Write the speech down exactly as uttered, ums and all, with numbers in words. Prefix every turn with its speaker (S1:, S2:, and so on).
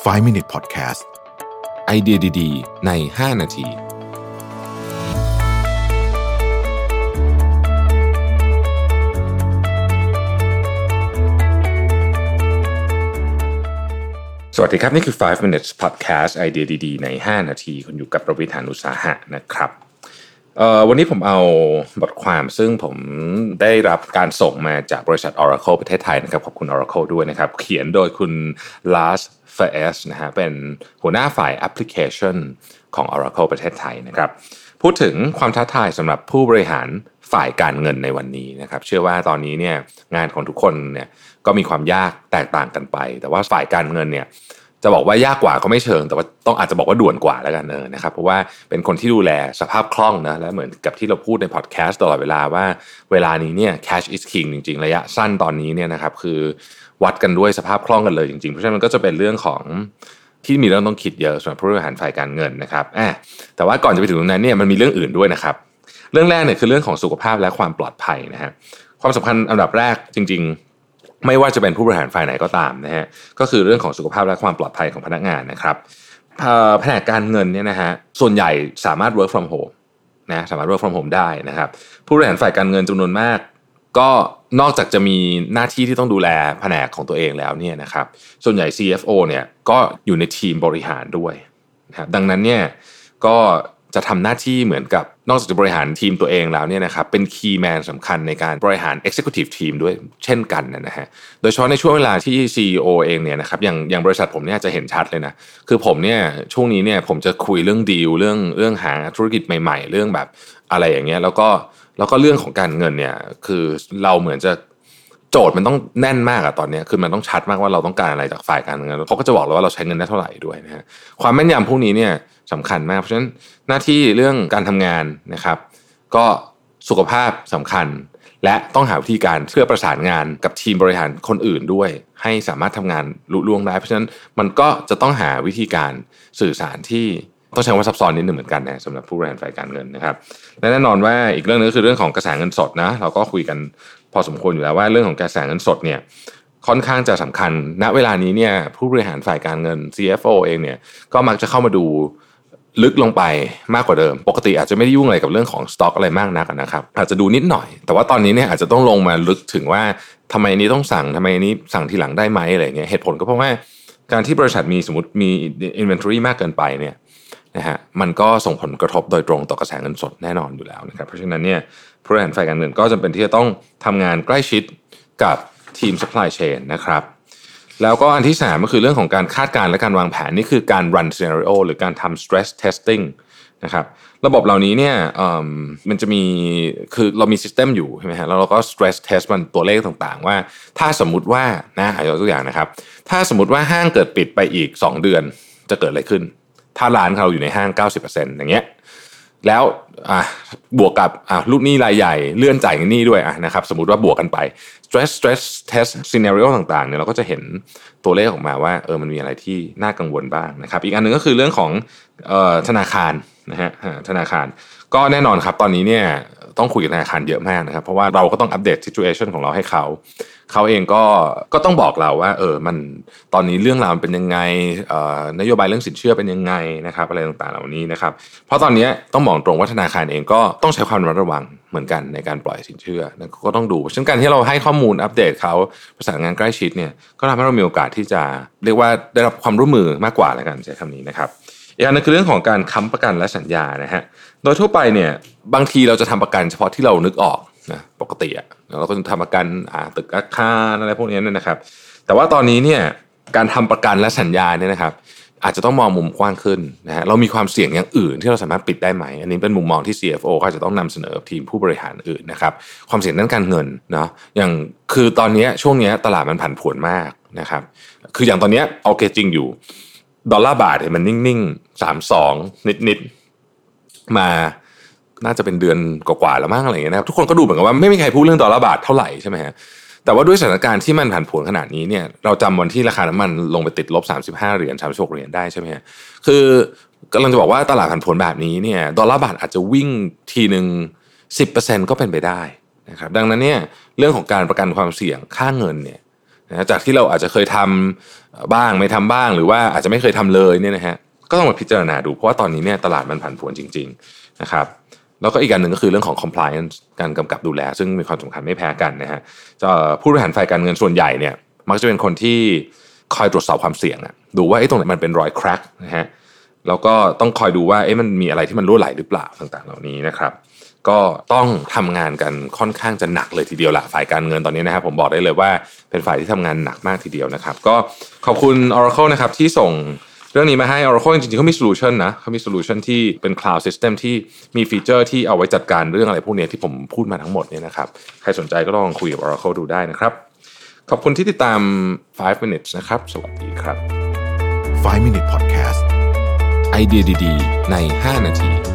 S1: ไฟว์ มินิท Podcast
S2: ไอเดียดีๆในห้านาทีสวัสดีครับนี่คือไฟว์ มินิท Podcast ไอเดียดีๆในห้านาทีคุณอยู่กับประวิทย์ หาญอุตสาหะนะครับเอ่อวันนี้ผมเอาบทความซึ่งผมได้รับการส่งมาจากบริษัท Oracle ประเทศไทยนะครับขอบคุณ Oracle ด้วยนะครับเขียนโดยคุณ Lars Fayez นะฮะเป็นหัวหน้าฝ่ายแอปพลิเคชันของ Oracle ประเทศไทยนะครับพูดถึงความท้าทายสำหรับผู้บริหารฝ่ายการเงินในวันนี้นะครับเชื่อว่าตอนนี้เนี่ยงานของทุกคนเนี่ยก็มีความยากแตกต่างกันไปแต่ว่าฝ่ายการเงินเนี่ยจะบอกว่ายากกว่าก็ไม่เชิงแต่ว่าต้องอาจจะบอกว่าด่วนกว่าแล้วกันเออนะครับเพราะว่าเป็นคนที่ดูแลสภาพคล่องนะและเหมือนกับที่เราพูดในพอดแคสต์ตลอดเวลาว่าเวลานี้เนี่ย cash is king จริงๆระยะสั้นตอนนี้เนี่ยนะครับคือวัดกันด้วยสภาพคล่องกันเลยจริงๆเพราะฉะนั้นมันก็จะเป็นเรื่องของที่มีเรื่องต้องคิดเยอะสำหรับผู้บริหารฝ่ายการเงินนะครับอ่ะแต่ว่าก่อนจะไปถึงตรงนั้นเนี่ยมันมีเรื่องอื่นด้วยนะครับเรื่องแรกเนี่ยคือเรื่องของสุขภาพและความปลอดภัยนะฮะความสำคัญอันดับแรกจริงๆไม่ว่าจะเป็นผู้บริหารฝ่ายไหนก็ตามนะฮะก็คือเรื่องของสุขภาพและความปลอดภัยของพนักงานนะครับแผนกการเงินเนี่ยนะฮะส่วนใหญ่สามารถ work from home นะสามารถ work from home ได้นะครับผู้บริหารฝ่ายการเงินจำนวนมากก็นอกจากจะมีหน้าที่ที่ต้องดูแลแผนกของตัวเองแล้วเนี่ยนะครับส่วนใหญ่ ซี เอฟ โอ เนี่ยก็อยู่ในทีมบริหารด้วยนะครับดังนั้นเนี่ยก็จะทำหน้าที่เหมือนกับนอกจากจะบริหารทีมตัวเองแล้วเนี่ยนะครับเป็นคีย์แมนสำคัญในการบริหาร Executive Team ด้วยเช่นกันนะฮะโดยเฉพาะในช่วงเวลาที่ ซี อี โอ เองเนี่ยนะครับอย่างอย่างบริษัทผมเนี่ยจะเห็นชัดเลยนะคือผมเนี่ยช่วงนี้เนี่ยผมจะคุยเรื่องดีลเรื่องเรื่องหาธุรกิจใหม่ๆเรื่องแบบอะไรอย่างเงี้ยแล้วก็แล้วก็เรื่องของการเงินเนี่ยคือเราเหมือนจะโจทย์มันต้องแน่นมากอะตอนนี้คือมันต้องชัดมากว่าเราต้องการอะไรจากฝ่ายการเงินเขาก็จะบอกเราว่าเราใช้เงินได้เท่าไหร่ด้วยนะฮะความแม่นยำพวกนี้เนี่ยสำคัญมากเพราะฉะนั้นหน้าที่เรื่องการทำงานนะครับก็สุขภาพสำคัญและต้องหาวิธีการเพื่อประสานงานกับทีมบริหารคนอื่นด้วยให้สามารถทำงานลุล่วงได้เพราะฉะนั้นมันก็จะต้องหาวิธีการสื่อสารที่ต้องใช้คำว่าซับซ้อนนิดนึงเหมือนกันนะสำหรับผู้บริหารฝ่ายการเงินนะครับและแน่นอนว่าอีกเรื่องนึงก็คือเรื่องของกระแสเงินสดนะเราก็คุยกันพอสมควรอยู่แล้วว่าเรื่องของกระแสเงินสดเนี่ยค่อนข้างจะสำคัญณเวลานี้เนี่ยผู้บริหารฝ่ายการเงิน ซี เอฟ โอ เองเนี่ยก็มักจะเข้ามาดูลึกลงไปมากกว่าเดิมปกติอาจจะไม่ได้ยุ่งอะไรกับเรื่องของสต็อกอะไรมากนักนะครับอาจจะดูนิดหน่อยแต่ว่าตอนนี้เนี่ยอาจจะต้องลงมาลึกถึงว่าทำไมนี้ต้องสั่งทำไมนี้สั่งทีหลังได้ไหมอะไรเงี้ยเหตุผลก็เพราะว่าการที่บริษัทมีสมมติมี inventory มากเกินไปเนี่ยนะฮะมันก็ส่งผลกระทบโดยตรงต่อกระแสเงินสดแน่นอนอยู่แล้วนะครับเพราะฉะนั้นเนี่ยผู้บริหารฝ่ายการเงินก็จำเป็นที่จะต้องทำงานใกล้ชิดกับทีม supply chain นะครับแล้วก็อันที่สามก็คือเรื่องของการคาดการณ์และการวางแผนนี่คือการ run scenario หรือการทำ stress testing นะครับระบบเหล่านี้เนี่ยมันจะมีคือเรามี system อยู่ใช่ไหมฮะแล้วเราก็ stress test มันตัวเลขต่างๆว่าถ้าสมมุติว่านะยกตัวอย่างนะครับถ้าสมมุติว่าห้างเกิดปิดไปอีกสองเดือนจะเกิดอะไรขึ้นถ้าร้านเราอยู่ในห้าง เก้าสิบเปอร์เซ็นต์ อย่างเงี้ยแล้วอ่ะบวกกับอ่ะลูกหนี้รายใหญ่เลื่อนจ่ายเงินหนี้ด้วยอ่ะนะครับสมมุติว่าบวกกันไป stress stress test scenario ต่างๆเนี่ยเราก็จะเห็นตัวเลขออกมาว่าเออมันมีอะไรที่น่ากังวลบ้างนะครับอีกอันนึงก็คือเรื่องของเอ่อธนาคารนะฮะธนาคารก็แน่นอนครับตอนนี้เนี่ยต้องคุยกับธนาคารเยอะมากนะครับเพราะว่าเราก็ต้องอัปเดต situation ของเราให้เขาเขาเองก็ก็ต้องบอกเราว่าเออมันตอนนี้เรื่องราวมันเป็นยังไงเอ่อนโยบายเรื่องสินเชื่อเป็นยังไงนะครับอะไรต่างๆเหล่านี้นะครับเพราะตอนนี้ต้องบอกตรงว่าธนาคารเองก็ต้องใช้ความระมัดระวังเหมือนกันในการปล่อยสินเชื่อก็ต้องดูเช่นกันที่เราให้ข้อมูลอัปเดตเขาประสานงานใกล้ชิดเนี่ยก็ทำให้เรามีโอกาสที่จะเรียกว่าได้รับความร่วมมือมากกว่าแล้วกันใช้คำนี้นะครับอีกอันนึงคือเรื่องของการค้ำประกันและสัญญานะฮะโดยทั่วไปเนี่ยบางทีเราจะทำประกันเฉพาะที่เรานึกออกนะปกติอ่ะเราก็จะทำประกันอ่าตึกอาคารอะไรพวกนี้เนี่ยนะครับแต่ว่าตอนนี้เนี่ยการทำประกันและสัญญาเนี่ยนะครับอาจจะต้องมองมุมกว้างขึ้นนะฮะเรามีความเสี่ยงอย่างอื่นที่เราสามารถปิดได้ไหมอันนี้เป็นมุมมองที่ ซี เอฟ โอ ก็จะต้องนำเสนอทีมผู้บริหารอื่นนะครับความเสี่ยงด้านการเงินเนาะอย่างคือตอนนี้ช่วงนี้ตลาดมันผันผวนมากนะครับคืออย่างตอนนี้โอเคจริงอยู่ดอลลาร์บาทเนี่ยมันนิ่งๆสามสิบสองนิดๆมาน่าจะเป็นเดือนกว่าๆแล้วมั้งอะไรอย่างเงี้ยนะครับทุกคนก็ดูเหมือนกับว่าไม่มีใครพูดเรื่องดอลลาร์บาทเท่าไหร่ใช่ไหมฮะแต่ว่าด้วยสถานการณ์ที่มันผันผวนขนาดนี้เนี่ยเราจำวันที่ราคาน้ำมันลงไปติดลบสามสิบห้าเหรียญสามสิบหกเหรียญได้ใช่ไหมฮะคือกำลังจะบอกว่าตลาดผันผวนแบบนี้เนี่ยดอลลาร์บาทอาจจะวิ่งทีนึง สิบเปอร์เซ็นต์ ก็เป็นไปได้นะครับดังนั้นเนี่ยเรื่องของการประกันความเสี่ยงค่าเงินเนี่ยนะจากที่เราอาจจะเคยทำบ้างไม่ทำบ้างหรือว่าอาจจะไม่เคยทำเลยเนี่ยนะฮะก็ต้องมาพิจารณาดูเพราะว่าตอนนี้เนี่ยตลาดมันผันผวนจริงๆนะครับแล้วก็อีกอันหนึ่งก็คือเรื่องของ compliance การกำกับดูแลซึ่งมีความสำคัญไม่แพ้กันนะฮะผู้บริหารฝ่ายการเงินส่วนใหญ่เนี่ยมักจะเป็นคนที่คอยตรวจสอบความเสี่ยงอะดูว่าไอ้ตรงไหนมันเป็นรอยแคร็กนะฮะแล้วก็ต้องคอยดูว่าเอ๊ะมันมีอะไรที่มันรั่วไหลหรือเปล่าต่างๆเหล่านี้นะครับก็ต้องทำงานกันค่อนข้างจะหนักเลยทีเดียวละฝ่ายการเงินตอนนี้นะครับผมบอกได้เลยว่าเป็นฝ่ายที่ทำงานหนักมากทีเดียวนะครับก็ขอบคุณ Oracle นะครับที่ส่งเรื่องนี้มาให้ Oracle จริงๆเขามีโซลูชันนะเขามีโซลูชันที่เป็น Cloud System ที่มีฟีเจอร์ที่เอาไว้จัดการเรื่องอะไรพวกนี้ที่ผมพูดมาทั้งหมดเนี่ยนะครับใครสนใจก็ลองคุยกับ Oracle ดูได้นะครับขอบคุณที่ติดตามไฟว์ minutes นะครับสวัสดีครับ
S1: ไฟว์ minute podcast
S2: ไอเดียดีๆในห้านาที